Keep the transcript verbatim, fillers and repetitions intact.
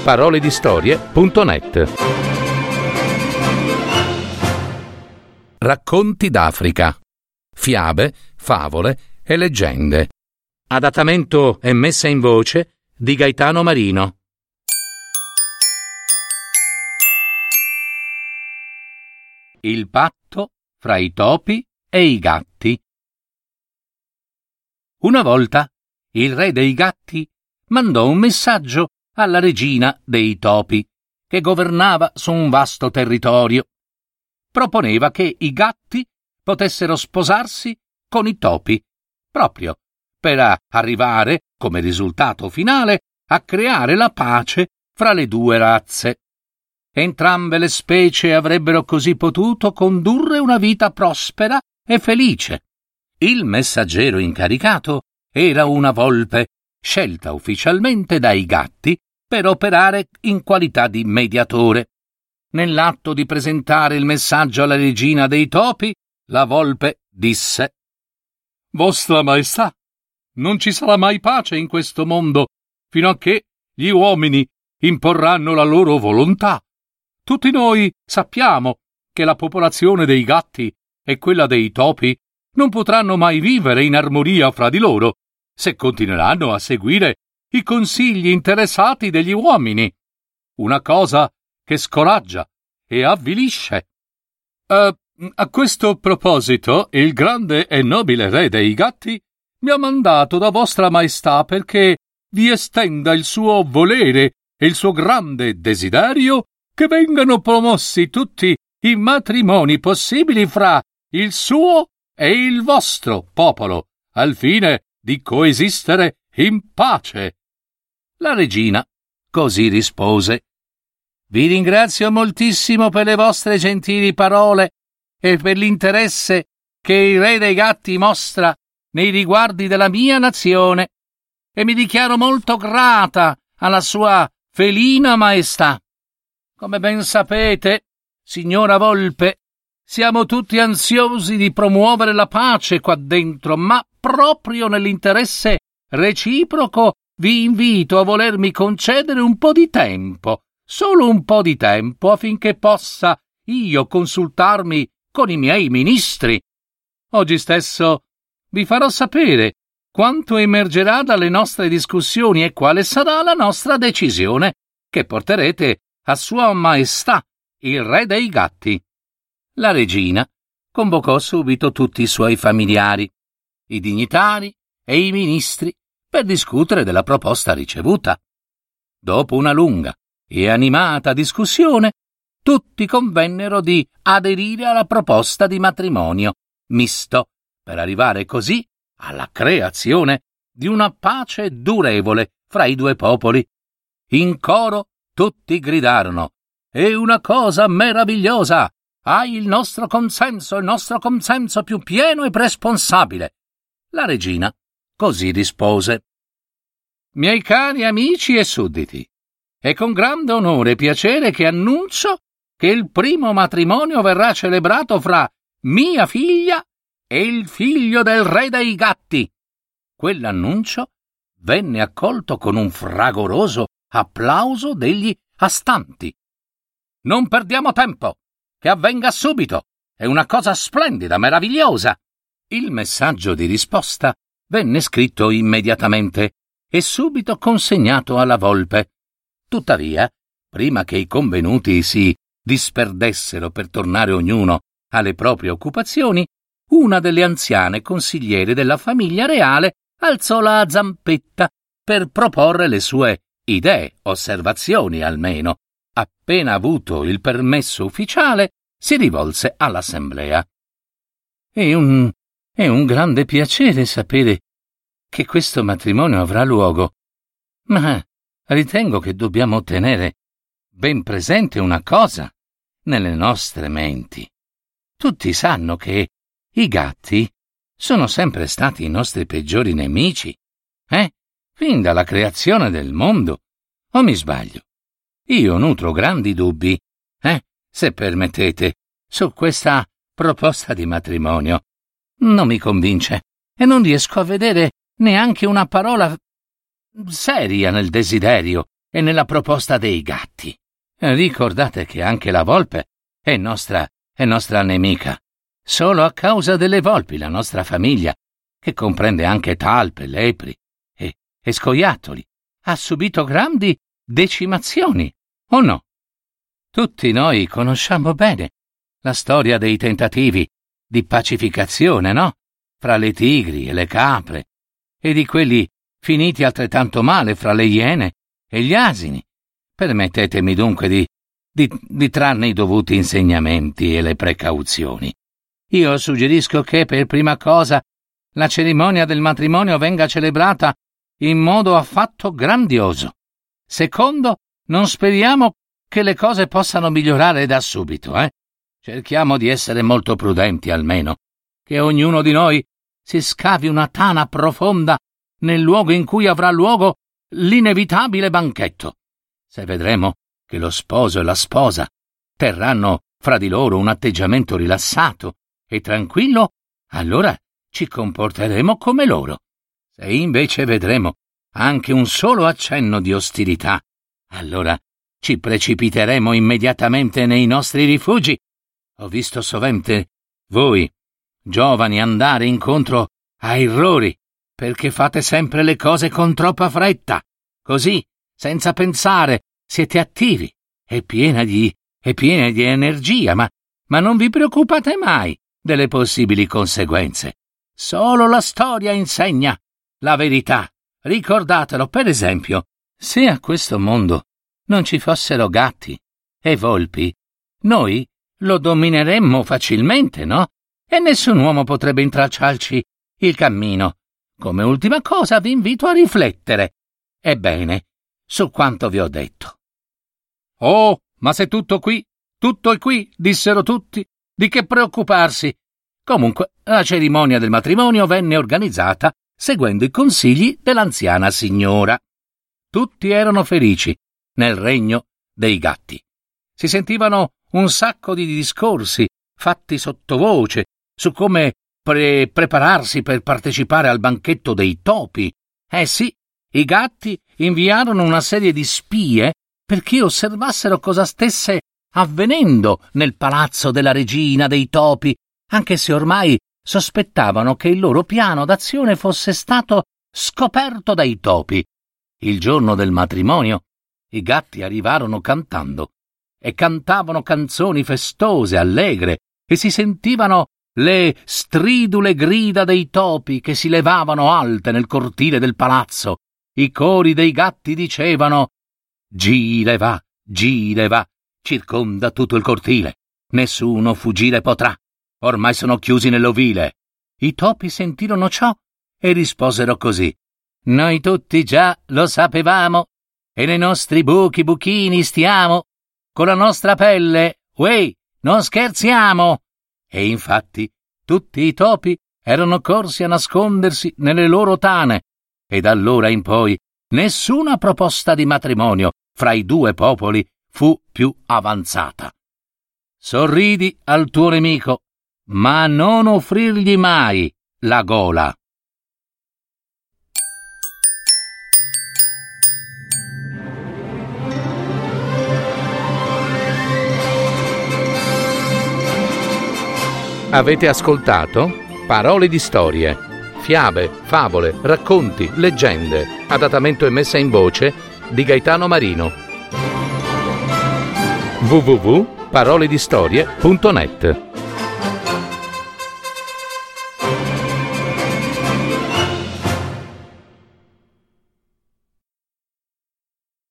paroledistorie punto net. Racconti d'Africa. Fiabe, favole e leggende. Adattamento e messa in voce di Gaetano Marino. Il patto fra i topi e i gatti. Una volta il re dei gatti mandò un messaggio alla regina dei topi, che governava su un vasto territorio. Proponeva che i gatti potessero sposarsi con i topi, proprio per arrivare, come risultato finale, a creare la pace fra le due razze. Entrambe le specie avrebbero così potuto condurre una vita prospera e felice. Il messaggero incaricato era una volpe, scelta ufficialmente dai gatti per operare in qualità di mediatore. Nell'atto di presentare il messaggio alla regina dei topi, la volpe disse: «Vostra Maestà, non ci sarà mai pace in questo mondo fino a che gli uomini imporranno la loro volontà. Tutti noi sappiamo che la popolazione dei gatti e quella dei topi non potranno mai vivere in armonia fra di loro se continueranno a seguire i consigli interessati degli uomini. Una cosa che scoraggia e avvilisce. Uh, a questo proposito, il grande e nobile re dei gatti mi ha mandato da vostra maestà perché vi estenda il suo volere e il suo grande desiderio che vengano promossi tutti i matrimoni possibili fra il suo e il vostro popolo, al fine di coesistere in pace. La regina così rispose: «Vi ringrazio moltissimo per le vostre gentili parole e per l'interesse che il re dei gatti mostra nei riguardi della mia nazione, e mi dichiaro molto grata alla sua felina maestà. Come ben sapete, signora volpe, siamo tutti ansiosi di promuovere la pace qua dentro, ma proprio nell'interesse reciproco vi invito a volermi concedere un po' di tempo, solo un po' di tempo, affinché possa io consultarmi con i miei ministri. Oggi stesso vi farò sapere quanto emergerà dalle nostre discussioni e quale sarà la nostra decisione, che porterete a Sua Maestà, il re dei gatti». La regina convocò subito tutti i suoi familiari, i dignitari e i ministri, per discutere della proposta ricevuta. Dopo una lunga e animata discussione, tutti convennero di aderire alla proposta di matrimonio misto, per arrivare così alla creazione di una pace durevole fra i due popoli. In coro tutti gridarono: «È una cosa meravigliosa! Hai il nostro consenso, il nostro consenso più pieno e responsabile!» La regina così rispose: «Miei cari amici e sudditi, è con grande onore e piacere che annuncio che il primo matrimonio verrà celebrato fra mia figlia e il figlio del re dei gatti». Quell'annuncio venne accolto con un fragoroso applauso degli astanti. «Non perdiamo tempo! Che avvenga subito! È una cosa splendida, meravigliosa!» Il messaggio di risposta venne scritto immediatamente e subito consegnato alla volpe. Tuttavia, prima che i convenuti si disperdessero per tornare ognuno alle proprie occupazioni, una delle anziane consigliere della famiglia reale alzò la zampetta per proporre le sue idee, osservazioni almeno. Appena avuto il permesso ufficiale, si rivolse all'assemblea. «È un, è un grande piacere sapere che questo matrimonio avrà luogo, ma ritengo che dobbiamo tenere ben presente una cosa nelle nostre menti. Tutti sanno che i gatti sono sempre stati i nostri peggiori nemici, eh? Fin dalla creazione del mondo. O mi sbaglio? Io nutro grandi dubbi, eh, se permettete, su questa proposta di matrimonio. Non mi convince e non riesco a vedere neanche una parola seria nel desiderio e nella proposta dei gatti. Ricordate che anche la volpe è nostra, è nostra nemica. Solo a causa delle volpi la nostra famiglia, che comprende anche talpe, lepri e, e scoiattoli, ha subito grandi decimazioni, o no? Tutti noi conosciamo bene la storia dei tentativi di pacificazione, no? Fra le tigri e le capre, e di quelli finiti altrettanto male fra le iene e gli asini. Permettetemi dunque di, di, di trarne i dovuti insegnamenti e le precauzioni. Io suggerisco che, per prima cosa, la cerimonia del matrimonio venga celebrata in modo affatto grandioso. Secondo, non speriamo che le cose possano migliorare da subito, eh? Cerchiamo di essere molto prudenti almeno, che ognuno di noi si scavi una tana profonda nel luogo in cui avrà luogo l'inevitabile banchetto. Se vedremo che lo sposo e la sposa terranno fra di loro un atteggiamento rilassato e tranquillo, allora ci comporteremo come loro. Se invece vedremo anche un solo accenno di ostilità, allora ci precipiteremo immediatamente nei nostri rifugi. Ho visto sovente voi, giovani, andare incontro a errori, perché fate sempre le cose con troppa fretta. Così, senza pensare, siete attivi e pieni di, e pieni di energia, ma, ma non vi preoccupate mai delle possibili conseguenze. Solo la storia insegna la verità. Ricordatelo, per esempio, se a questo mondo non ci fossero gatti e volpi, noi lo domineremmo facilmente, no? E nessun uomo potrebbe intralciarci il cammino. Come ultima cosa vi invito a riflettere, ebbene, su quanto vi ho detto. Oh, ma se tutto qui, tutto è qui, dissero tutti, di che preoccuparsi? Comunque, la cerimonia del matrimonio venne organizzata seguendo i consigli dell'anziana signora. Tutti erano felici nel regno dei gatti. Si sentivano un sacco di discorsi fatti sottovoce su come pre- prepararsi per partecipare al banchetto dei topi. Eh sì, i gatti inviarono una serie di spie perché osservassero cosa stesse avvenendo nel palazzo della regina dei topi, anche se ormai sospettavano che il loro piano d'azione fosse stato scoperto dai topi. Il giorno del matrimonio i gatti arrivarono cantando e cantavano canzoni festose, allegre, e si sentivano le stridule grida dei topi che si levavano alte nel cortile del palazzo. I cori dei gatti dicevano: «Gire va, gire va, circonda tutto il cortile, nessuno fuggire potrà, ormai sono chiusi nell'ovile». I topi sentirono ciò e risposero così: «Noi tutti già lo sapevamo, e nei nostri buchi buchini stiamo, con la nostra pelle, uè, non scherziamo». E infatti tutti i topi erano corsi a nascondersi nelle loro tane, e da allora in poi nessuna proposta di matrimonio fra i due popoli fu più avanzata. Sorridi al tuo nemico, ma non offrirgli mai la gola. Avete ascoltato Parole di storie, fiabe, favole, racconti, leggende, adattamento e messa in voce di Gaetano Marino. w w w punto paroledistorie punto net